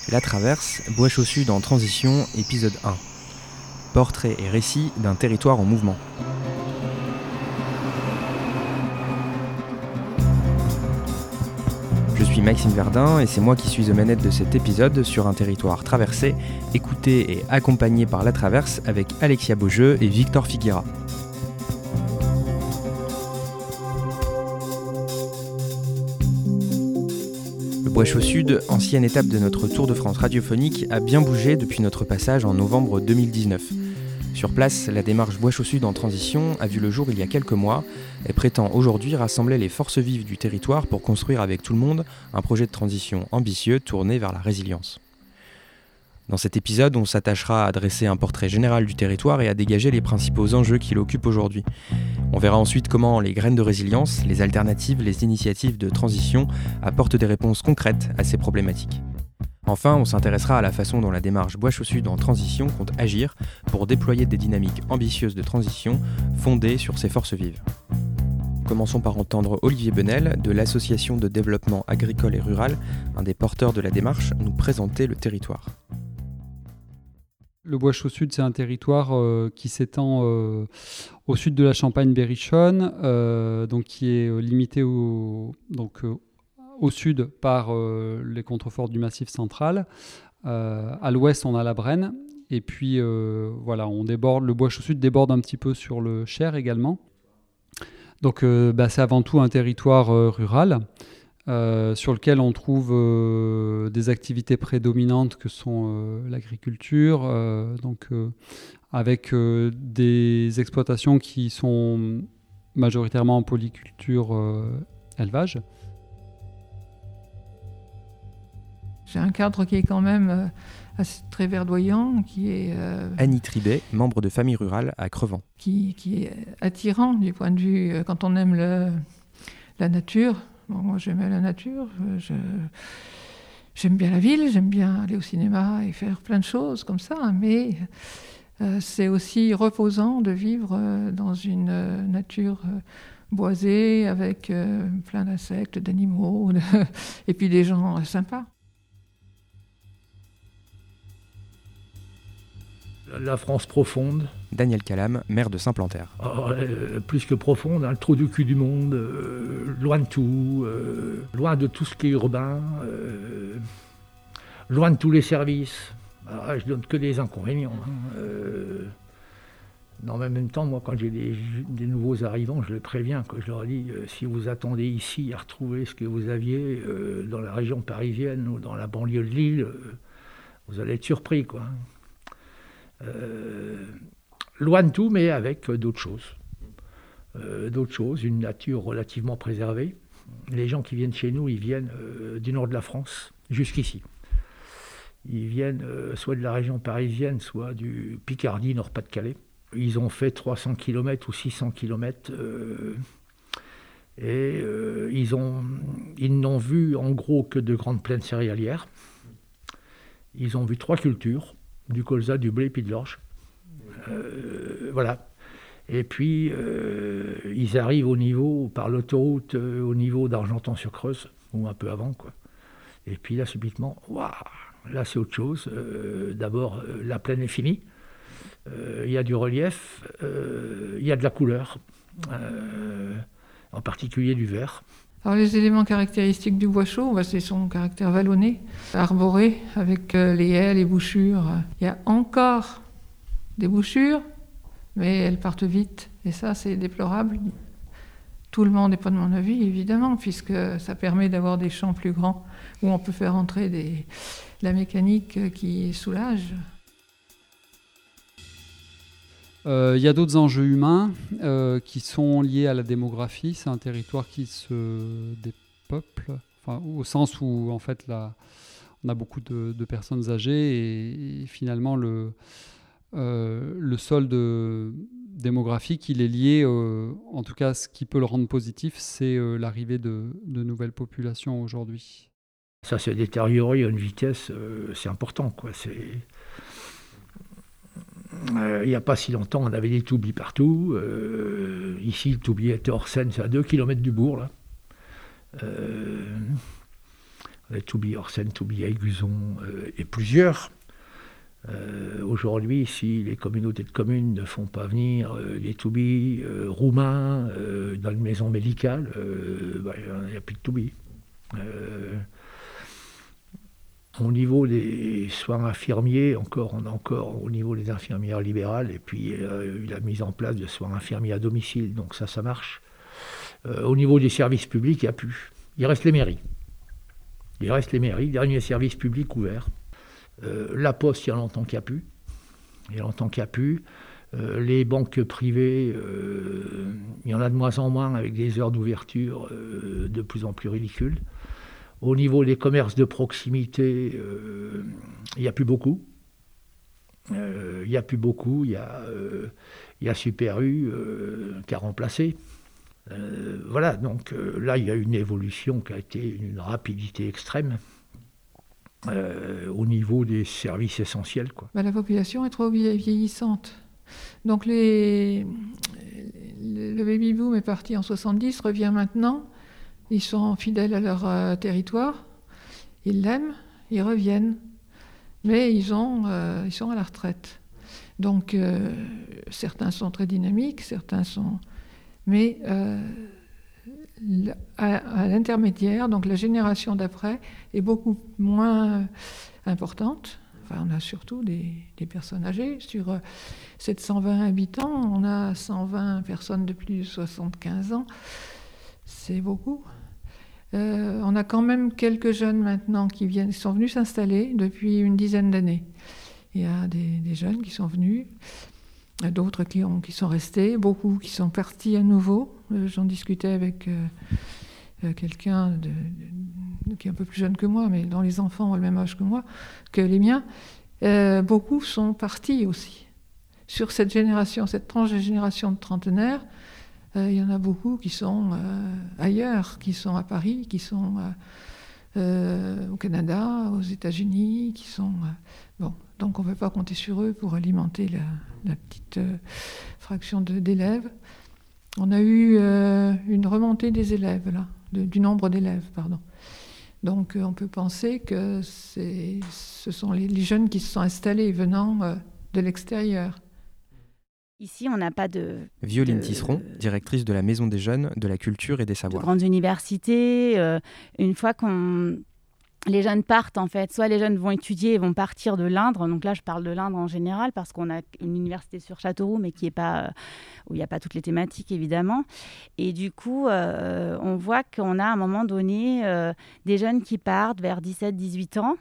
La Traverse, Bois-Chaussud en transition, épisode 1. Portrait et récit d'un territoire en mouvement. Je suis Maxime Verdun et c'est moi qui suis aux manettes de cet épisode sur un territoire traversé, écouté et accompagné par La Traverse avec Alexia Beaujeu et Victor Figuera. Le Bois-Chaussud, ancienne étape de notre Tour de France radiophonique, a bien bougé depuis notre passage en novembre 2019. Sur place, la démarche Bois-Chaussud en transition a vu le jour il y a quelques mois et prétend aujourd'hui rassembler les forces vives du territoire pour construire avec tout le monde un projet de transition ambitieux tourné vers la résilience. Dans cet épisode, on s'attachera à dresser un portrait général du territoire et à dégager les principaux enjeux qui l'occupent aujourd'hui. On verra ensuite comment les graines de résilience, les alternatives, les initiatives de transition apportent des réponses concrètes à ces problématiques. Enfin, on s'intéressera à la façon dont la démarche Bois-Chaussud en transition compte agir pour déployer des dynamiques ambitieuses de transition fondées sur ces forces vives. Commençons par entendre Olivier Benel de l'Association de développement agricole et rural, un des porteurs de la démarche, nous présenter le territoire. Le Bois-Chaussud, c'est un territoire qui s'étend au sud de la Champagne-Berrichonne, donc qui est limité au sud par les contreforts du Massif central. À l'ouest, on a la Brenne. Et puis, le Bois-Chaussud déborde un petit peu sur le Cher également. Donc, c'est avant tout un territoire rural. Sur lequel on trouve des activités prédominantes que sont l'agriculture, avec des exploitations qui sont majoritairement en polyculture élevage. J'ai un cadre qui est quand même très verdoyant, qui est... Annie Tribet, membre de famille rurale à Crevant. Qui est attirant du point de vue, quand on aime la nature. Bon, moi, j'aimais la nature, j'aime bien la ville, j'aime bien aller au cinéma et faire plein de choses comme ça, mais c'est aussi reposant de vivre dans une nature boisée avec plein d'insectes, d'animaux, et puis des gens sympas. La France profonde. Daniel Calam, maire de Saint-Plantaire. Plus que profonde, le trou du cul du monde, loin de tout, loin de tout ce qui est urbain, loin de tous les services. Je donne que des inconvénients. Mais en même temps, moi, quand j'ai des nouveaux arrivants, je les préviens. Je leur dis, si vous attendez ici à retrouver ce que vous aviez dans la région parisienne ou dans la banlieue de Lille, vous allez être surpris, quoi. Loin de tout, mais avec d'autres choses. Une nature relativement préservée. Les gens qui viennent chez nous, ils viennent du nord de la France jusqu'ici. Ils viennent soit de la région parisienne, soit du Picardie, Nord-Pas-de-Calais. Ils ont fait 300 km ou 600 km ils n'ont vu en gros que de grandes plaines céréalières. Ils ont vu 3 cultures, du colza, du blé et puis de l'orge. Voilà. Et puis, ils arrivent par l'autoroute, au niveau d'Argentan-sur-Creuse, ou un peu avant, quoi. Et puis là, subitement, là, c'est autre chose. D'abord, la plaine est finie. Il y a du relief, il y a de la couleur, en particulier du vert. Alors, les éléments caractéristiques du bois chaud, c'est son caractère vallonné, arboré, avec les haies, les bouchures. Il y a encore des bouchures, mais elles partent vite. Et ça, c'est déplorable. Tout le monde n'est pas de mon avis, évidemment, puisque ça permet d'avoir des champs plus grands où on peut faire entrer la mécanique qui soulage. Il y a d'autres enjeux humains qui sont liés à la démographie. C'est un territoire qui se dépeuple, au sens où en fait on a beaucoup de personnes âgées et finalement le solde démographique, il est lié, en tout cas ce qui peut le rendre positif, c'est l'arrivée de nouvelles populations aujourd'hui. Ça s'est détérioré à une vitesse, c'est important, quoi. Il n'y a pas si longtemps, on avait des toubis partout. Ici, le toubier était hors Seine, c'est à 2 km du bourg, là. Touby-Orsène, Touby-Aiguzon et plusieurs. Aujourd'hui, si les communautés de communes ne font pas venir les Touby roumains dans une maison médicale, il n'y a plus de Touby. Au niveau des soins infirmiers, on a encore au niveau des infirmières libérales, et puis la mise en place de soins infirmiers à domicile, donc ça marche. Au niveau des services publics, il n'y a plus. Il reste les mairies. Dernier service public ouvert. La Poste, il y a longtemps qu'il n'y a plus. Les banques privées, il y en a de moins en moins, avec des heures d'ouverture de plus en plus ridicules. Au niveau des commerces de proximité, il n'y a plus beaucoup. Il y a Super U qui a remplacé. Voilà, donc là, il y a une évolution qui a été une rapidité extrême au niveau des services essentiels, quoi. La population est trop vieillissante. Donc le baby-boom est parti en 70, revient maintenant. Ils sont fidèles à leur territoire, ils l'aiment, ils reviennent, mais ils sont à la retraite. Donc certains sont très dynamiques, certains sont... Mais à l'intermédiaire, donc la génération d'après est beaucoup moins importante. Enfin, on a surtout des personnes âgées. Sur 720 habitants, on a 120 personnes de plus de 75 ans. C'est beaucoup. On a quand même quelques jeunes maintenant qui sont venus s'installer depuis une dizaine d'années. Il y a des jeunes qui sont venus, d'autres qui sont restés, beaucoup qui sont partis à nouveau. J'en discutais avec quelqu'un qui est un peu plus jeune que moi, mais dont les enfants ont le même âge que moi, que les miens. Beaucoup sont partis aussi. Sur cette tranche de génération de trentenaires, il y en a beaucoup qui sont ailleurs, qui sont à Paris, qui sont au Canada, aux États-Unis, qui sont... donc on ne peut pas compter sur eux pour alimenter la petite fraction d'élèves. On a eu une remontée des élèves, là, du nombre d'élèves, pardon. Donc on peut penser que ce sont les jeunes qui se sont installés venant de l'extérieur. Ici, on n'a pas de... Violine Tisseron, directrice de la Maison des Jeunes, de la Culture et des Savoirs. De grandes universités, une fois les jeunes partent, en fait, soit les jeunes vont étudier et vont partir de l'Indre. Donc là, je parle de l'Indre en général parce qu'on a une université sur Châteauroux, mais qui est pas, où il n'y a pas toutes les thématiques, évidemment. Et du coup, on voit qu'on a à un moment donné des jeunes qui partent vers 17-18 ans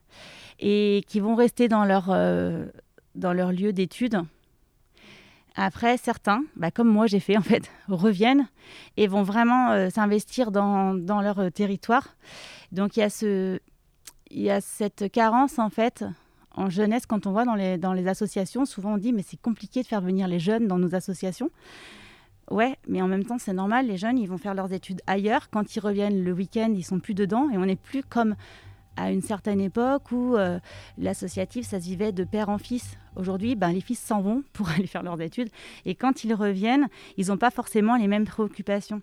et qui vont rester dans leur lieu d'études. Après, certains, comme moi j'ai fait en fait, reviennent et vont vraiment s'investir dans leur territoire. Donc il y a cette carence en fait en jeunesse. Quand on voit dans les associations, souvent on dit mais c'est compliqué de faire venir les jeunes dans nos associations. Ouais, mais en même temps c'est normal, les jeunes ils vont faire leurs études ailleurs. Quand ils reviennent le week-end, ils sont plus dedans et on n'est plus comme à une certaine époque où l'associatif, ça se vivait de père en fils. Aujourd'hui, les fils s'en vont pour aller faire leurs études. Et quand ils reviennent, ils n'ont pas forcément les mêmes préoccupations.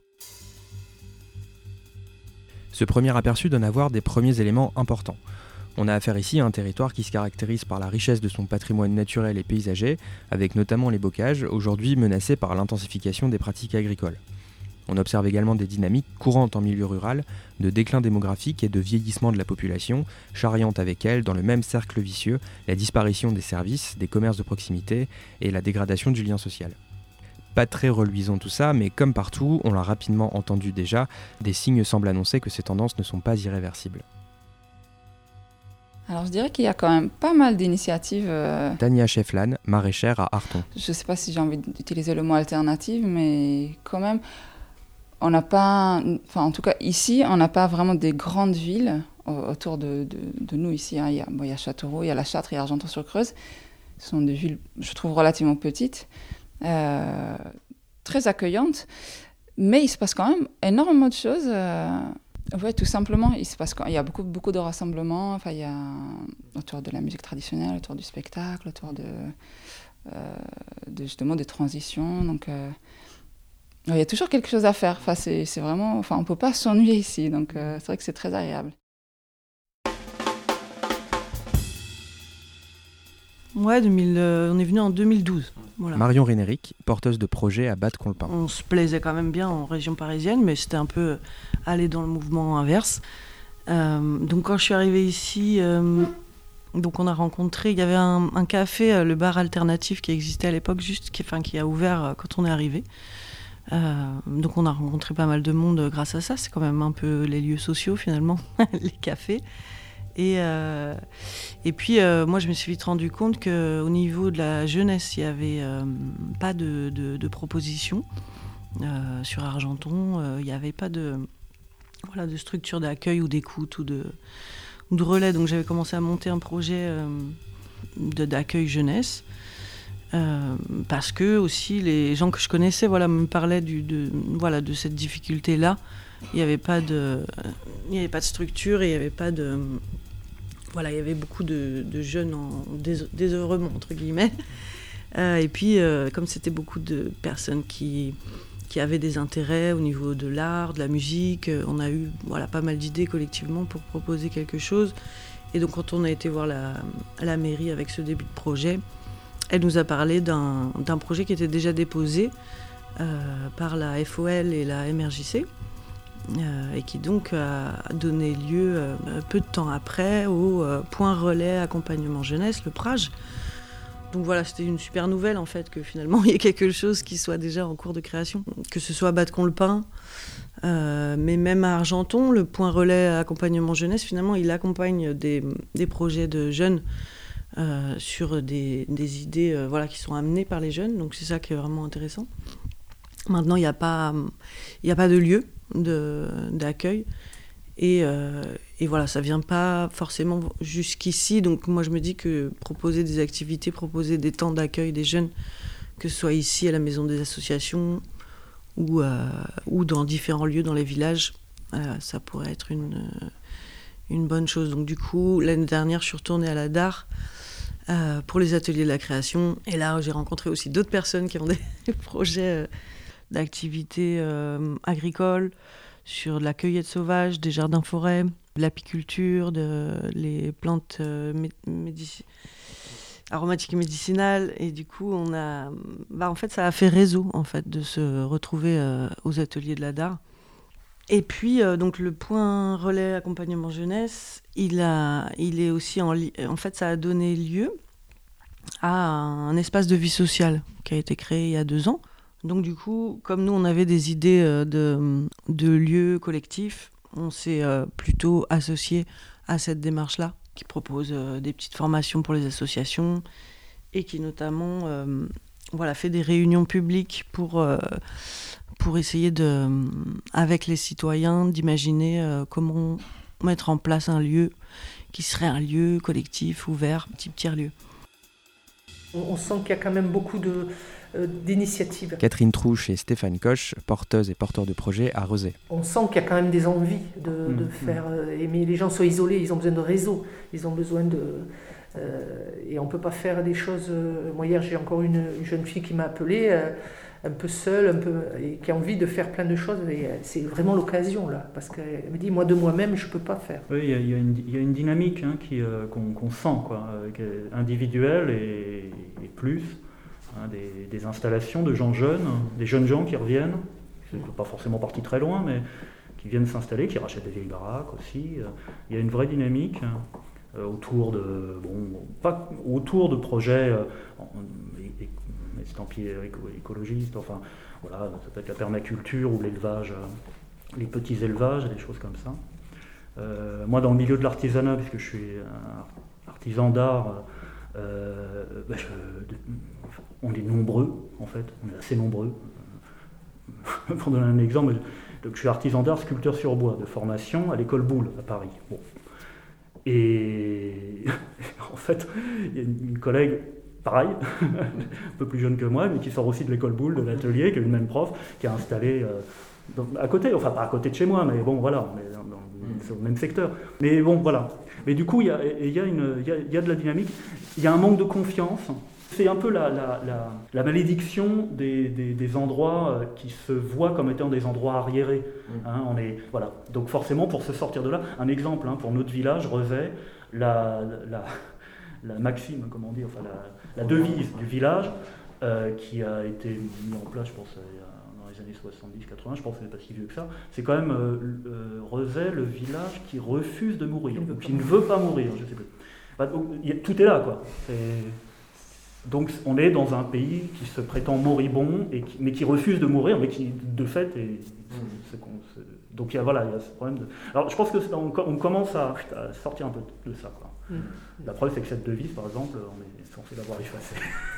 Ce premier aperçu donne à voir des premiers éléments importants. On a affaire ici à un territoire qui se caractérise par la richesse de son patrimoine naturel et paysager, avec notamment les bocages, aujourd'hui menacés par l'intensification des pratiques agricoles. On observe également des dynamiques courantes en milieu rural, de déclin démographique et de vieillissement de la population, charriant avec elles, dans le même cercle vicieux, la disparition des services, des commerces de proximité et la dégradation du lien social. Pas très reluisant tout ça, mais comme partout, on l'a rapidement entendu déjà, des signes semblent annoncer que ces tendances ne sont pas irréversibles. Alors je dirais qu'il y a quand même pas mal d'initiatives. Tania Schefflan, maraîchère à Arthon. Je ne sais pas si j'ai envie d'utiliser le mot alternative, mais quand même... On n'a pas, en tout cas ici, on n'a pas vraiment des grandes villes autour de nous ici. Hein. Il y a Châteauroux, il y a La Châtre, il y a Argenton-sur-Creuse. Ce sont des villes, je trouve, relativement petites, très accueillantes. Mais il se passe quand même énormément de choses. Tout simplement, il y a beaucoup de rassemblements. Enfin, il y a autour de la musique traditionnelle, autour du spectacle, autour justement des transitions. Donc... il y a toujours quelque chose à faire. C'est vraiment... on ne peut pas s'ennuyer ici. Donc, c'est vrai que c'est très agréable. Ouais, on est venu en 2012. Voilà. Marion Rénéric, porteuse de projet à Batte-Colpin. On se plaisait quand même bien en région parisienne, mais c'était un peu aller dans le mouvement inverse. Donc quand je suis arrivée ici, donc on a rencontré, il y avait un café, le bar alternatif qui existait à l'époque, qui a ouvert quand on est arrivé. Donc on a rencontré pas mal de monde grâce à ça. C'est quand même un peu les lieux sociaux finalement, les cafés. Et puis moi je me suis vite rendu compte qu'au niveau de la jeunesse, il n'y avait pas de propositions. Sur Argenton, il n'y avait pas de structure d'accueil ou d'écoute ou de relais. Donc j'avais commencé à monter un projet d'accueil jeunesse. Parce que aussi les gens que je connaissais me parlaient de cette difficulté-là. Il n'y avait pas de structure et il n'y avait pas de... Voilà, il y avait beaucoup de jeunes en désœuvrement, entre guillemets. Et puis, comme c'était beaucoup de personnes qui avaient des intérêts au niveau de l'art, de la musique, on a eu pas mal d'idées collectivement pour proposer quelque chose. Et donc, quand on a été voir la mairie avec ce début de projet, elle nous a parlé d'un projet qui était déjà déposé par la FOL et la MRJC. Et qui donc a donné lieu peu de temps après au point relais accompagnement jeunesse, le PRAJ. Donc voilà, c'était une super nouvelle en fait que finalement il y ait quelque chose qui soit déjà en cours de création. Que ce soit à Batte-Colpin, mais même à Argenton, le point relais accompagnement jeunesse, finalement il accompagne des projets de jeunes sur des idées qui sont amenées par les jeunes. Donc c'est ça qui est vraiment intéressant. Maintenant il n'y a pas de lieu d'accueil et voilà, ça vient pas forcément jusqu'ici, donc moi je me dis que proposer des activités, proposer des temps d'accueil des jeunes, que ce soit ici à la maison des associations ou dans différents lieux dans les villages, ça pourrait être une bonne chose. Donc du coup l'année dernière je suis retournée à la DAR pour les ateliers de la création, et là j'ai rencontré aussi d'autres personnes qui ont des projets d'activités agricoles, sur de la cueillette sauvage, des jardins-forêts, de l'apiculture, les plantes aromatiques et médicinales. Et du coup, en fait, ça a fait réseau en fait, de se retrouver aux ateliers de la DAR. Et puis, donc, le point relais accompagnement jeunesse, il est aussi en fait, ça a donné lieu à un espace de vie sociale qui a été créé il y a 2 ans. Donc du coup, comme nous, on avait des idées de lieux collectifs, on s'est plutôt associé à cette démarche-là, qui propose des petites formations pour les associations et qui notamment fait des réunions publiques pour essayer avec les citoyens d'imaginer comment mettre en place un lieu qui serait un lieu collectif, ouvert, petit tiers-lieu. On sent qu'il y a quand même beaucoup d'initiatives. Catherine Trouche et Stéphane Koch, porteuses et porteurs de projets à Rezé. On sent qu'il y a quand même des envies de faire... mais les gens sont isolés, ils ont besoin de réseau, ils ont besoin de... et on ne peut pas faire des choses... Moi, hier, j'ai encore une jeune fille qui m'a appelée, un peu seule, et qui a envie de faire plein de choses. Et c'est vraiment l'occasion, là, parce qu'elle me dit, moi, de moi-même, je ne peux pas faire. Oui, il y a une dynamique qu'on sent, quoi, individuelle et plus. Des installations de gens jeunes, des jeunes gens qui reviennent, qui ne sont pas forcément partis très loin, mais qui viennent s'installer, qui rachètent des vieilles baraques aussi. Il y a une vraie dynamique autour de projets estampillés écologistes, enfin voilà, ça peut être la permaculture ou l'élevage, les petits élevages, des choses comme ça. Moi, dans le milieu de l'artisanat, puisque je suis artisan d'art, on est nombreux, en fait, on est assez nombreux. Pour donner un exemple, donc je suis artisan d'art, sculpteur sur bois, de formation à l'école Boulle, à Paris. Bon. Et en fait, il y a une collègue, pareil, un peu plus jeune que moi, mais qui sort aussi de l'école Boulle, de l'atelier, qui est une même prof, qui a installé à côté, enfin pas à côté de chez moi, mais bon, voilà, on est dans le même secteur. Mais bon, voilà. Mais du coup, il y a de la dynamique, il y a un manque de confiance. C'est un peu la malédiction des endroits qui se voient comme étant des endroits arriérés. Voilà. Donc forcément, pour se sortir de là, un exemple pour notre village, Rezé, la la maxime, comment dire, enfin la devise du village, qui a été mise en place, je pense, dans les années 70-80, je pense que c'est pas si vieux que ça. C'est quand même Rezais, le village qui refuse de mourir, ou qui ne veut pas mourir, je sais plus. Bah, donc, tout est là, quoi. Donc on est dans un pays qui se prétend moribond, mais qui refuse de mourir, mais qui de fait est... Donc il y a ce problème de... Alors je pense qu'on commence à sortir un peu de ça, quoi. La preuve c'est que cette devise, par exemple, on est censé l'avoir effacée.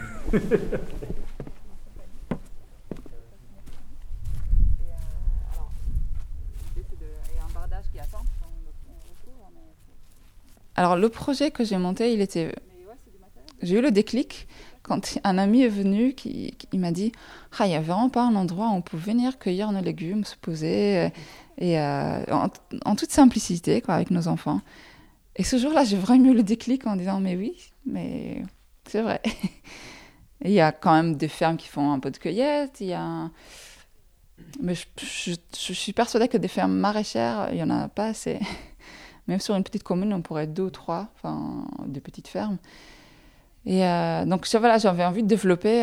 Alors le projet que j'ai monté, j'ai eu le déclic quand un ami est venu, il m'a dit « il n'y a vraiment pas un endroit où on peut venir cueillir nos légumes, se poser, et en toute simplicité, quoi, avec nos enfants ». Et ce jour-là, j'ai vraiment eu le déclic en disant « mais oui, mais c'est vrai ». Il y a quand même des fermes qui font un peu de cueillette, mais je suis persuadée que des fermes maraîchères, il n'y en a pas assez. Même sur une petite commune, on pourrait être 2 ou 3, enfin, des petites fermes. Et donc j'avais envie de développer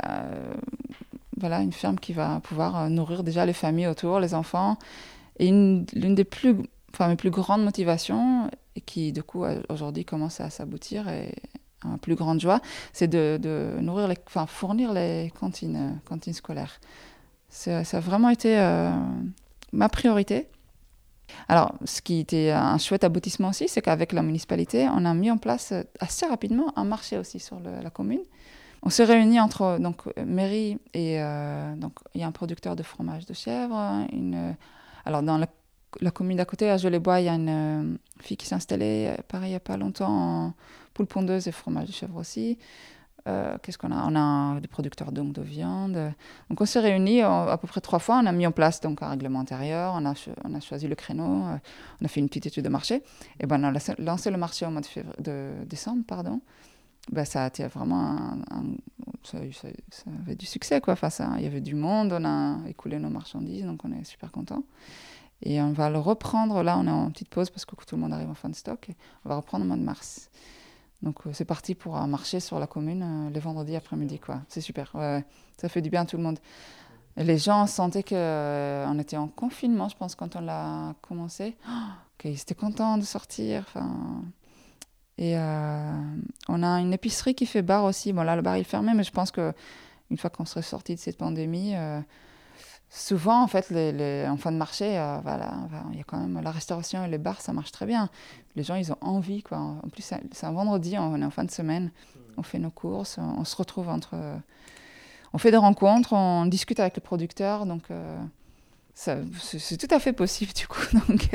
une ferme qui va pouvoir nourrir déjà les familles autour, les enfants. Et l'une des mes plus grandes motivations, et qui du coup aujourd'hui commence à s'aboutir, et ma plus grande joie, c'est de fournir les cantines scolaires. Ça a vraiment été ma priorité. Alors, ce qui était un chouette aboutissement aussi, c'est qu'avec la municipalité, on a mis en place assez rapidement un marché aussi sur la commune. On s'est réunis entre mairie et donc il y a un producteur de fromage de chèvre. Alors dans la commune d'à côté, à Jeux-les-Bois, il y a une fille qui s'est installée, pareil, il n'y a pas longtemps, en poule pondeuse et fromage de chèvre aussi. Qu'est-ce qu'on a ? On a des producteurs donc de viande. Donc on s'est réunis à peu près 3 fois. On a mis en place donc un règlement intérieur. On a choisi le créneau. On a fait une petite étude de marché. Et on a lancé le marché au mois de décembre, pardon. Ça a été vraiment ça avait du succès, quoi. Enfin, il y avait du monde. On a écoulé nos marchandises, donc on est super contents. Et on va le reprendre. Là, on est en petite pause parce que tout le monde arrive en fin de stock. Et on va reprendre au mois de mars. Donc c'est parti pour un marché sur la commune les vendredis après-midi, quoi. C'est super, ouais. Ça fait du bien à tout le monde. Et les gens sentaient qu'on était en confinement, je pense, quand on l'a commencé. Qu'ils étaient contents de sortir. Et on a une épicerie qui fait bar aussi. Bon là, le bar il est fermé, mais je pense qu'une fois qu'on serait sorti de cette pandémie, souvent en fait, en fin de marché, il y a quand même la restauration et les bars, ça marche très bien. Les gens, ils ont envie, quoi. En plus, c'est un vendredi, on est en fin de semaine, on fait nos courses, on se retrouve on fait des rencontres, on discute avec le producteur, donc c'est tout à fait possible du coup. Donc,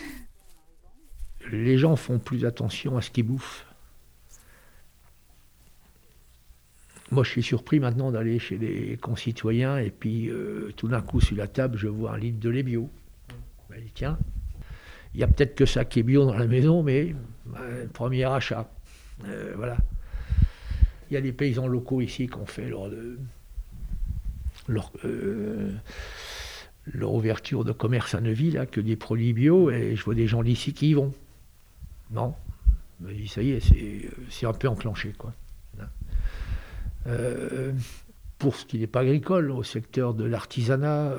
Les gens font plus attention à ce qu'ils bouffent. Moi, je suis surpris maintenant d'aller chez des concitoyens et puis tout d'un coup, sur la table, je vois un litre de lait bio. Je dis, tiens, il y a peut-être que ça qui est bio dans la maison, mais premier achat. Voilà. Il y a des paysans locaux ici qui ont fait leur ouverture de commerce à Neuville, là, que des produits bio, et je vois des gens d'ici qui y vont. Non, je me dis, ça y est, c'est un peu enclenché, quoi. Pour ce qui n'est pas agricole, au secteur de l'artisanat,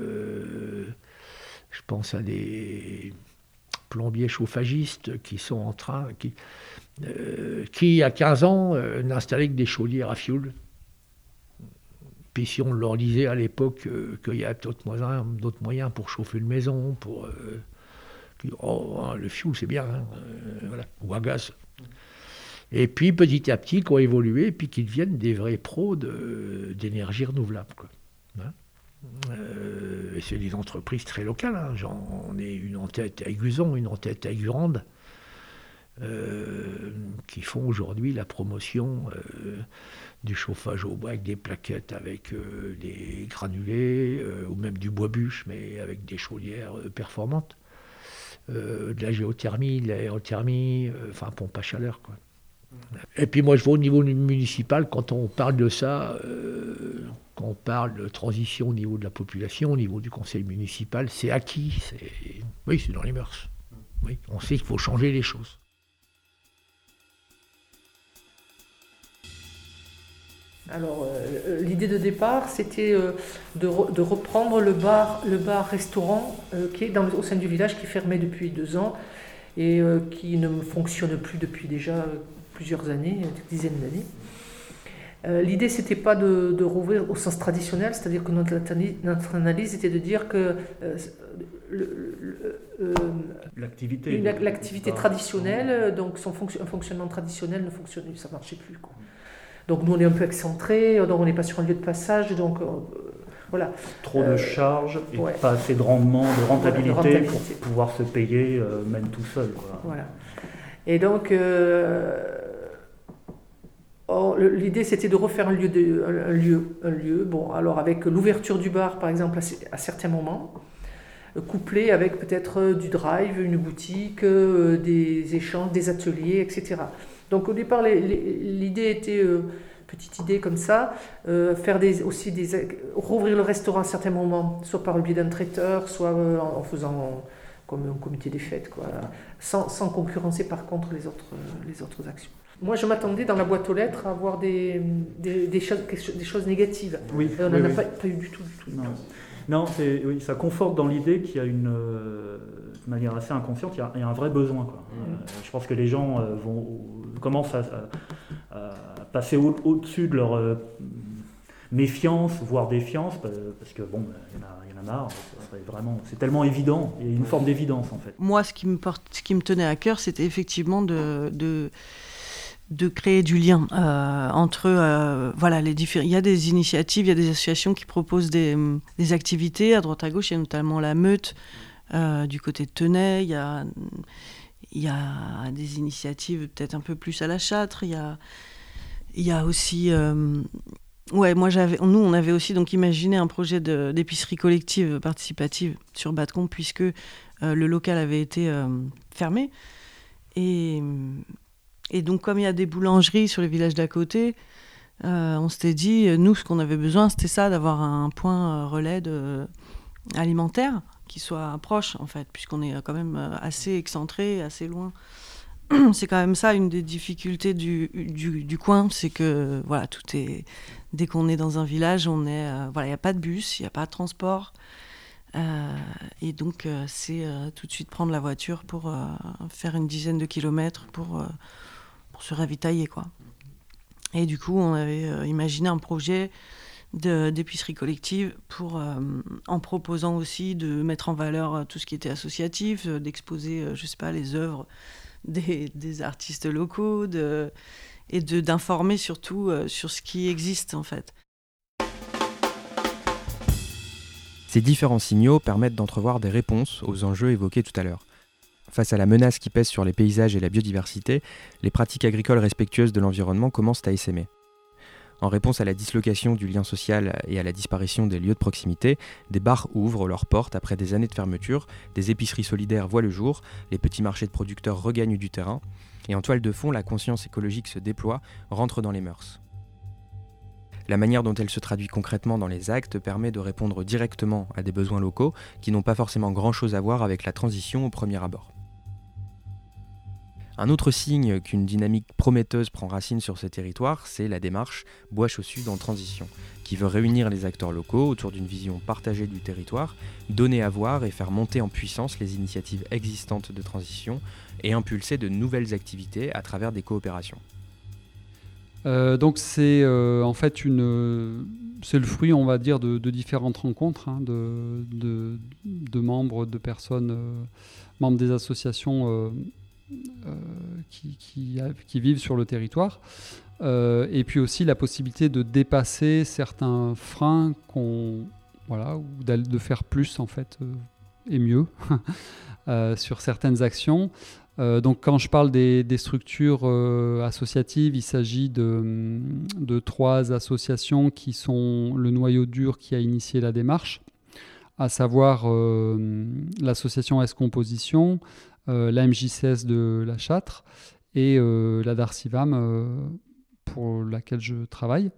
je pense à des plombiers chauffagistes qui sont en train, qui à 15 ans n'installaient que des chaudières à fioul. Puis si on leur disait à l'époque qu'il y a d'autres moyens pour chauffer une maison, le fioul c'est bien, voilà, ou à gaz. Et puis petit à petit, qu'on évolué, puis qu'ils deviennent des vrais pros d'énergie renouvelable, quoi. Et c'est des entreprises très locales, hein. On est une en tête à Aiguzon, une en tête à Aigurande, qui font aujourd'hui la promotion du chauffage au bois avec des plaquettes, avec des granulés, ou même du bois bûche, mais avec des chaudières performantes, de la géothermie, de l'aérothermie, pompe à chaleur, quoi. Et puis moi je vois au niveau municipal, quand on parle de ça, quand on parle de transition au niveau de la population, au niveau du conseil municipal, c'est acquis, c'est dans les mœurs. Oui, on sait qu'il faut changer les choses. Alors, l'idée de départ, c'était de reprendre le bar-restaurant qui est au sein du village, qui est fermé depuis 2 ans et qui ne fonctionne plus depuis déjà plusieurs années, une dizaine d'années. L'idée, c'était pas de rouvrir au sens traditionnel, c'est-à-dire que notre analyse était de dire que l'activité traditionnelle, donc un fonctionnement traditionnel ça marchait plus, quoi. Donc nous on est un peu excentrés, donc on n'est pas sur un lieu de passage, donc voilà. Trop de charges et pas assez de rendement, de rentabilité pour pouvoir se payer même tout seul, quoi. Voilà. Et donc l'idée c'était de refaire un lieu. Bon, alors avec l'ouverture du bar par exemple à certains moments, couplé avec peut-être du drive, une boutique, des échanges, des ateliers, etc. Donc au départ, l'idée était, petite idée comme ça, rouvrir le restaurant à certains moments, soit par le biais d'un traiteur, soit en faisant comme un comité des fêtes, quoi, sans concurrencer par contre les autres actions. Moi, je m'attendais dans la boîte aux lettres à avoir des choses négatives. Oui, on n'en a pas eu du tout. Non, ça conforte dans l'idée qu'il y a de manière assez inconsciente, il y a un vrai besoin, quoi. Je pense que les gens commencent à passer au-dessus de leur méfiance, voire défiance, parce que bon, il y en a marre. C'est tellement évident, il y a une forme d'évidence en fait. Moi, ce qui me tenait à cœur, c'était effectivement de créer du lien entre il y a des initiatives, il y a des associations qui proposent des activités à droite à gauche. Il y a notamment la Meute du côté de Tenay. Il y a des initiatives peut-être un peu plus à la Châtre. Il y a aussi nous on avait aussi donc imaginé un projet d'épicerie collective participative sur Batcombe, puisque le local avait été fermé. Et donc, comme il y a des boulangeries sur les villages d'à côté, on s'était dit, nous, ce qu'on avait besoin, c'était ça, d'avoir un point relais alimentaire qui soit proche, en fait, puisqu'on est quand même assez excentré, assez loin. C'est quand même ça, une des difficultés du coin, c'est que, voilà, dès qu'on est dans un village, il n'y a pas de bus, il n'y a pas de transport. Et donc, c'est tout de suite prendre la voiture pour faire une dizaine de kilomètres pour se ravitailler, quoi. Et du coup, on avait imaginé un projet d'épicerie collective en proposant aussi de mettre en valeur tout ce qui était associatif, d'exposer, les œuvres des artistes locaux et d'informer surtout sur ce qui existe, en fait. Ces différents signaux permettent d'entrevoir des réponses aux enjeux évoqués tout à l'heure. Face à la menace qui pèse sur les paysages et la biodiversité, les pratiques agricoles respectueuses de l'environnement commencent à essaimer. En réponse à la dislocation du lien social et à la disparition des lieux de proximité, des bars ouvrent leurs portes après des années de fermeture, des épiceries solidaires voient le jour, les petits marchés de producteurs regagnent du terrain, et en toile de fond, la conscience écologique se déploie, rentre dans les mœurs. La manière dont elle se traduit concrètement dans les actes permet de répondre directement à des besoins locaux qui n'ont pas forcément grand-chose à voir avec la transition au premier abord. Un autre signe qu'une dynamique prometteuse prend racine sur ce territoire, c'est la démarche Bois-Chaux-Sud en transition, qui veut réunir les acteurs locaux autour d'une vision partagée du territoire, donner à voir et faire monter en puissance les initiatives existantes de transition et impulser de nouvelles activités à travers des coopérations. Donc c'est en fait c'est le fruit, on va dire, de différentes rencontres, de membres, de personnes, membres des associations qui vivent sur le territoire, et puis aussi la possibilité de dépasser certains freins ou de faire plus en fait et mieux sur certaines actions. Donc quand je parle des structures associatives, il s'agit de 3 associations qui sont le noyau dur qui a initié la démarche, à savoir l'association S-Composition, la MJCS de la Châtre et la Darcivam pour laquelle je travaille.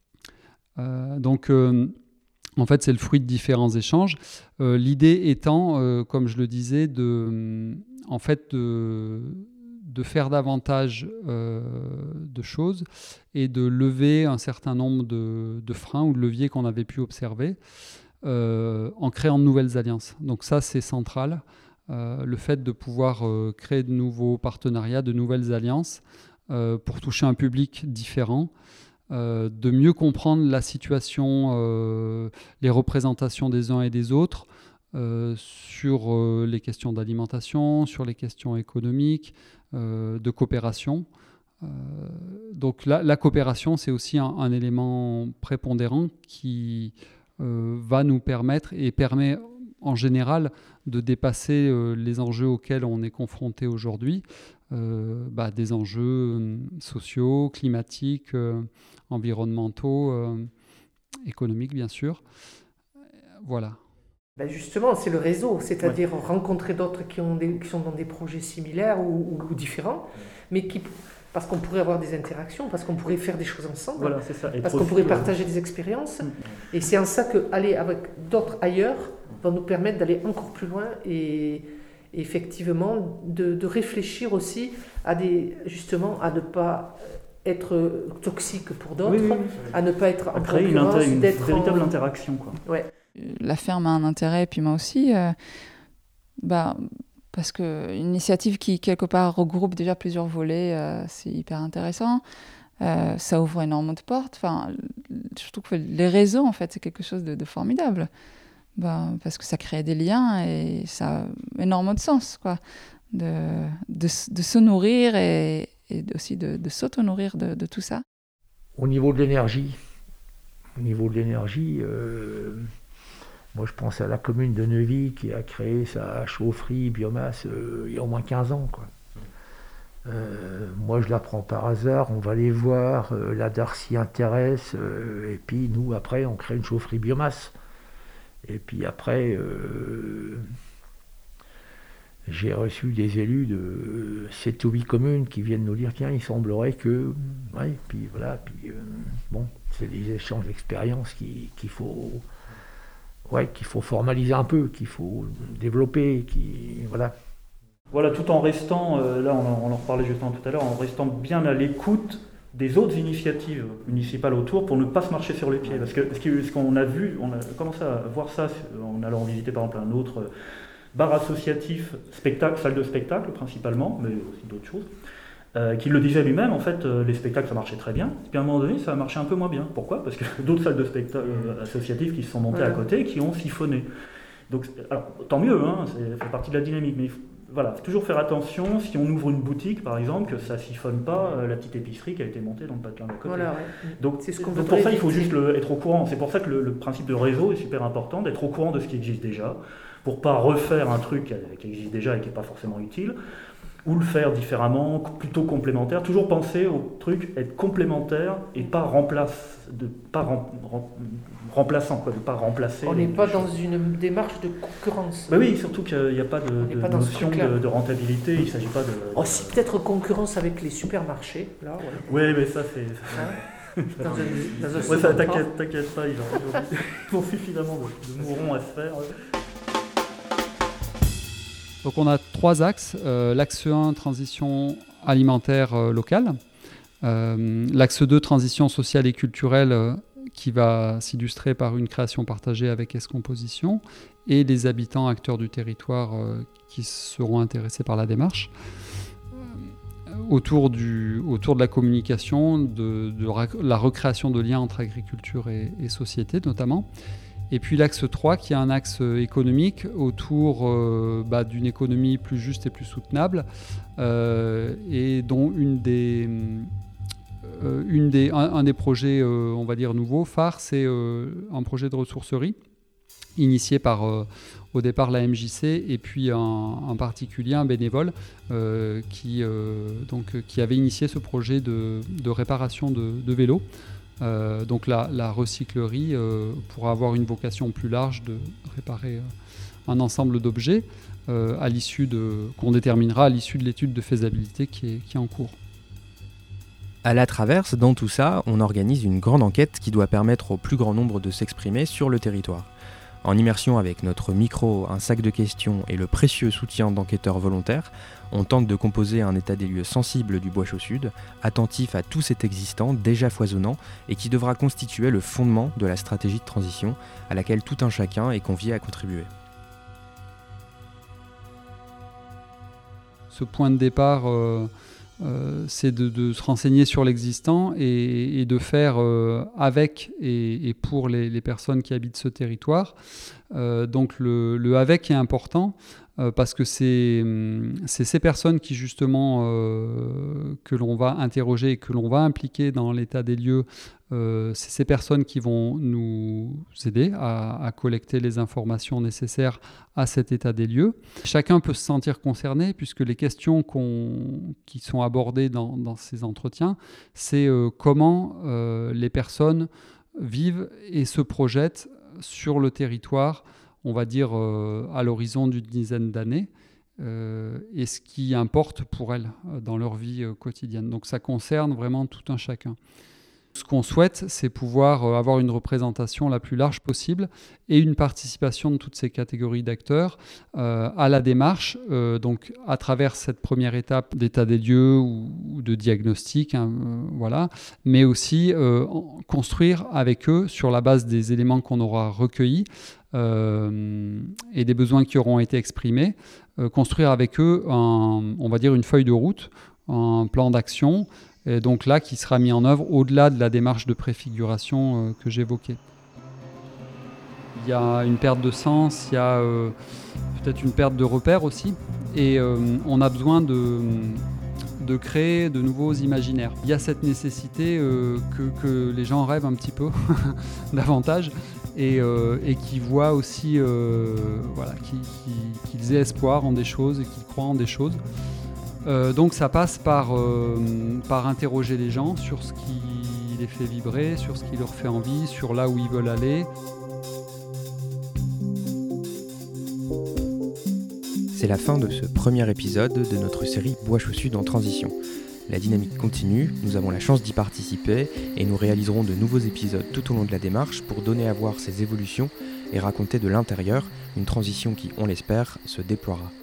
En fait, c'est le fruit de différents échanges. L'idée étant, comme je le disais, de de faire davantage de choses et de lever un certain nombre de freins ou de leviers qu'on avait pu observer en créant de nouvelles alliances. Donc ça, c'est central. Le fait de pouvoir créer de nouveaux partenariats, de nouvelles alliances pour toucher un public différent, de mieux comprendre la situation, les représentations des uns et des autres, sur les questions d'alimentation, sur les questions économiques, de coopération. Donc la coopération, c'est aussi un élément prépondérant qui va nous permettre et permet en général de dépasser les enjeux auxquels on est confronté aujourd'hui, des enjeux sociaux, climatiques, environnementaux, économiques bien sûr. Voilà. Ben justement, c'est le réseau, c'est-à-dire rencontrer d'autres qui sont dans des projets similaires ou différents, mais parce qu'on pourrait avoir des interactions, parce qu'on pourrait faire des choses ensemble, voilà, c'est ça. parce qu'on pourrait partager des expériences. Et c'est en ça qu'aller avec d'autres ailleurs va nous permettre d'aller encore plus loin et effectivement de réfléchir aussi à ne pas être toxique pour d'autres, à ne pas être en créer une véritable interaction, quoi. Ouais. La ferme a un intérêt, puis moi aussi, parce qu'une initiative qui, quelque part, regroupe déjà plusieurs volets, c'est hyper intéressant. Ça ouvre énormément de portes. Enfin, je trouve que les réseaux, en fait, c'est quelque chose de formidable. Parce que ça crée des liens et ça a énormément de sens, quoi. De se nourrir et aussi de s'auto-nourrir de tout ça. Au niveau de l'énergie, moi, je pense à la commune de Neuvy qui a créé sa chaufferie biomasse il y a au moins 15 ans, quoi. Moi, je la prends par hasard, on va les voir, la DAR s'y intéresse, et puis nous, après, on crée une chaufferie biomasse. Et puis après, j'ai reçu des élus de 7 ou 8 communes qui viennent nous dire, tiens, il semblerait que... Ouais, puis voilà, c'est des échanges d'expériences qu'il faut formaliser un peu, qu'il faut développer, Voilà, tout en restant, là on en reparlait justement tout à l'heure, en restant bien à l'écoute des autres initiatives municipales autour pour ne pas se marcher sur les pieds. Parce que ce qu'on a vu, on a commencé à voir ça en allant visiter par exemple un autre bar associatif, salle de spectacle principalement, mais aussi d'autres choses, qui le disait lui-même, en fait, les spectacles ça marchait très bien, puis à un moment donné ça a marché un peu moins bien. Pourquoi ? Parce que d'autres salles de spectacle associatives qui se sont montées à côté et qui ont siphonné. Donc, alors, tant mieux, ça fait partie de la dynamique, mais voilà, faut toujours faire attention, si on ouvre une boutique par exemple, que ça siphonne pas la petite épicerie qui a été montée dans le patelin d'à côté. Voilà, ouais. Donc pour ça il faut juste être au courant, c'est pour ça que le principe de réseau est super important, d'être au courant de ce qui existe déjà, pour pas refaire un truc qui existe déjà et qui n'est pas forcément utile, ou le faire différemment, plutôt complémentaire, toujours penser au truc, être complémentaire et pas remplaçant, quoi, de pas remplacer. On n'est pas dans une démarche de concurrence. Oui, surtout qu'il n'y a pas de notion de rentabilité, il ne s'agit pas de... Oh, si, peut-être concurrence avec les supermarchés, là. Ouais. Oui, mais ça c'est... T'inquiète pas, ils ont suffisamment de mourons à se faire. Donc on a 3 axes. L'axe 1, transition alimentaire locale. L'axe 2, transition sociale et culturelle, qui va s'illustrer par une création partagée avec Escomposition, et les habitants acteurs du territoire qui seront intéressés par la démarche. Autour de la communication, de la recréation de liens entre agriculture et société notamment. Et puis l'axe 3 qui est un axe économique autour d'une économie plus juste et plus soutenable, et dont un des projets, on va dire nouveaux, phares, c'est un projet de ressourcerie initié par au départ la MJC et puis un particulier, un bénévole qui avait initié ce projet de réparation de vélos. Donc la recyclerie pourra avoir une vocation plus large de réparer un ensemble d'objets qu'on déterminera à l'issue de l'étude de faisabilité qui est en cours. À la Traverse, dans tout ça, on organise une grande enquête qui doit permettre au plus grand nombre de s'exprimer sur le territoire. En immersion avec notre micro, un sac de questions et le précieux soutien d'enquêteurs volontaires, on tente de composer un état des lieux sensible du Bois-Chaux-Sud, attentif à tout cet existant déjà foisonnant et qui devra constituer le fondement de la stratégie de transition à laquelle tout un chacun est convié à contribuer. Ce point de départ, c'est de se renseigner sur l'existant et de faire avec et pour les personnes qui habitent ce territoire. Donc le avec est important parce que c'est ces personnes qui justement que l'on va interroger et que l'on va impliquer dans l'état des lieux. C'est ces personnes qui vont nous aider à collecter les informations nécessaires à cet état des lieux. Chacun peut se sentir concerné puisque les questions qui sont abordées dans ces entretiens, c'est comment les personnes vivent et se projettent sur le territoire, on va dire à l'horizon d'une dizaine d'années, et ce qui importe pour elles dans leur vie quotidienne. Donc ça concerne vraiment tout un chacun. Ce qu'on souhaite, c'est pouvoir avoir une représentation la plus large possible et une participation de toutes ces catégories d'acteurs à la démarche, donc à travers cette première étape d'état des lieux ou de diagnostic, voilà, mais aussi construire avec eux, sur la base des éléments qu'on aura recueillis et des besoins qui auront été exprimés, construire avec eux, on va dire, une feuille de route, un plan d'action, et donc là, qui sera mis en œuvre au-delà de la démarche de préfiguration que j'évoquais. Il y a une perte de sens, il y a peut-être une perte de repères aussi, et on a besoin de créer de nouveaux imaginaires. Il y a cette nécessité que les gens rêvent un petit peu davantage, et qui voient aussi voilà, qu'ils aient espoir en des choses et qu'ils croient en des choses. Donc ça passe par interroger les gens sur ce qui les fait vibrer, sur ce qui leur fait envie, sur là où ils veulent aller. C'est la fin de ce premier épisode de notre série Bois-Chaux-Sud en transition. La dynamique continue, nous avons la chance d'y participer et nous réaliserons de nouveaux épisodes tout au long de la démarche pour donner à voir ces évolutions et raconter de l'intérieur une transition qui, on l'espère, se déploiera.